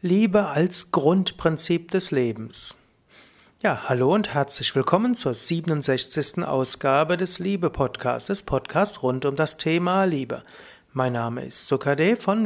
Liebe als Grundprinzip des Lebens. Ja, hallo und herzlich willkommen zur 67. Ausgabe des Liebe-Podcasts, des Podcasts rund um das Thema Liebe. Mein Name ist Sukade von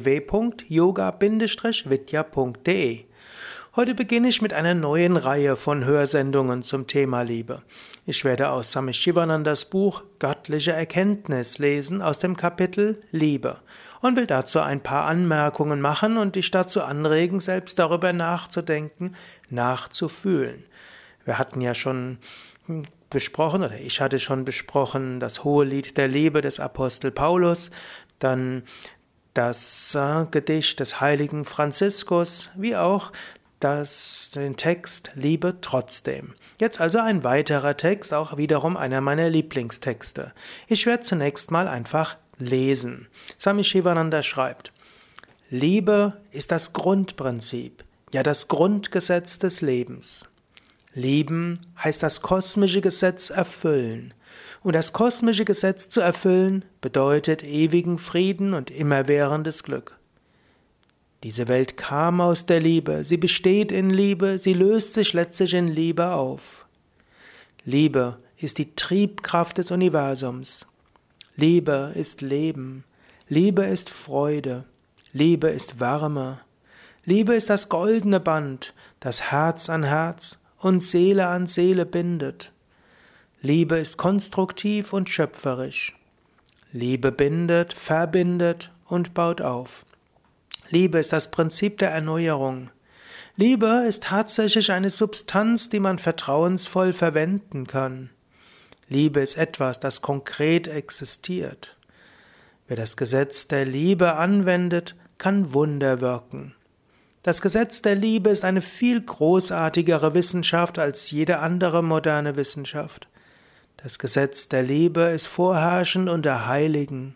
www.yoga-vidya.de. Heute beginne ich mit einer neuen Reihe von Hörsendungen zum Thema Liebe. Ich werde aus Swami Shivanandas Buch Göttliche Erkenntnis lesen aus dem Kapitel Liebe und will dazu ein paar Anmerkungen machen und dich dazu anregen, selbst darüber nachzudenken, nachzufühlen. Wir hatten ja schon besprochen, oder ich hatte schon besprochen, das Hohelied der Liebe des Apostel Paulus, dann das Gedicht des heiligen Franziskus, wie auch den Text Liebe trotzdem. Jetzt also ein weiterer Text, auch wiederum einer meiner Lieblingstexte. Ich werde zunächst mal einfach lesen. Swami Shivananda schreibt: Liebe ist das Grundprinzip, ja das Grundgesetz des Lebens. Lieben heißt das kosmische Gesetz erfüllen. Und das kosmische Gesetz zu erfüllen bedeutet ewigen Frieden und immerwährendes Glück. Diese Welt kam aus der Liebe, sie besteht in Liebe, sie löst sich letztlich in Liebe auf. Liebe ist die Triebkraft des Universums. Liebe ist Leben. Liebe ist Freude. Liebe ist Wärme. Liebe ist das goldene Band, das Herz an Herz und Seele an Seele bindet. Liebe ist konstruktiv und schöpferisch. Liebe bindet, verbindet und baut auf. Liebe ist das Prinzip der Erneuerung. Liebe ist tatsächlich eine Substanz, die man vertrauensvoll verwenden kann. Liebe ist etwas, das konkret existiert. Wer das Gesetz der Liebe anwendet, kann Wunder wirken. Das Gesetz der Liebe ist eine viel großartigere Wissenschaft als jede andere moderne Wissenschaft. Das Gesetz der Liebe ist vorherrschend unter Heiligen.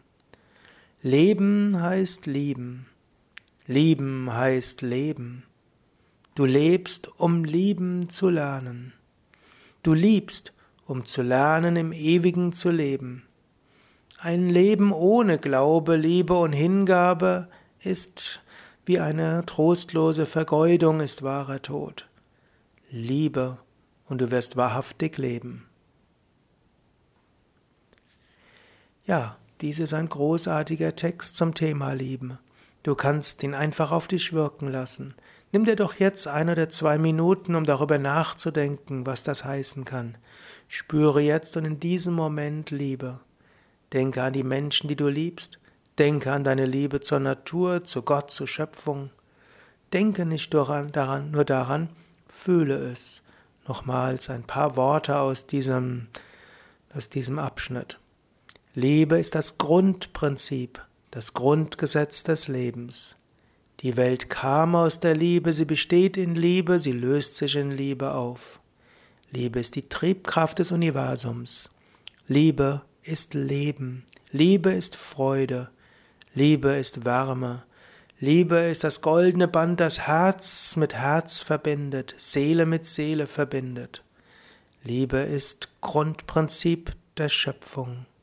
Leben heißt lieben. Lieben heißt leben. Du lebst, um lieben zu lernen. Du liebst, um zu lernen, im Ewigen zu leben. Ein Leben ohne Glaube, Liebe und Hingabe ist wie eine trostlose Vergeudung, ist wahrer Tod. Liebe, und du wirst wahrhaftig leben. Ja, dies ist ein großartiger Text zum Thema Liebe. Du kannst ihn einfach auf dich wirken lassen. Nimm dir doch jetzt 1 oder 2 Minuten, um darüber nachzudenken, was das heißen kann. Spüre jetzt und in diesem Moment Liebe. Denke an die Menschen, die du liebst. Denke an deine Liebe zur Natur, zu Gott, zur Schöpfung. Denke nicht nur daran, fühle es. Nochmals ein paar Worte aus diesem Abschnitt. Liebe ist das Grundprinzip, das Grundgesetz des Lebens. Die Welt kam aus der Liebe, sie besteht in Liebe, sie löst sich in Liebe auf. Liebe ist die Triebkraft des Universums. Liebe ist Leben. Liebe ist Freude. Liebe ist Wärme. Liebe ist das goldene Band, das Herz mit Herz verbindet, Seele mit Seele verbindet. Liebe ist Grundprinzip der Schöpfung.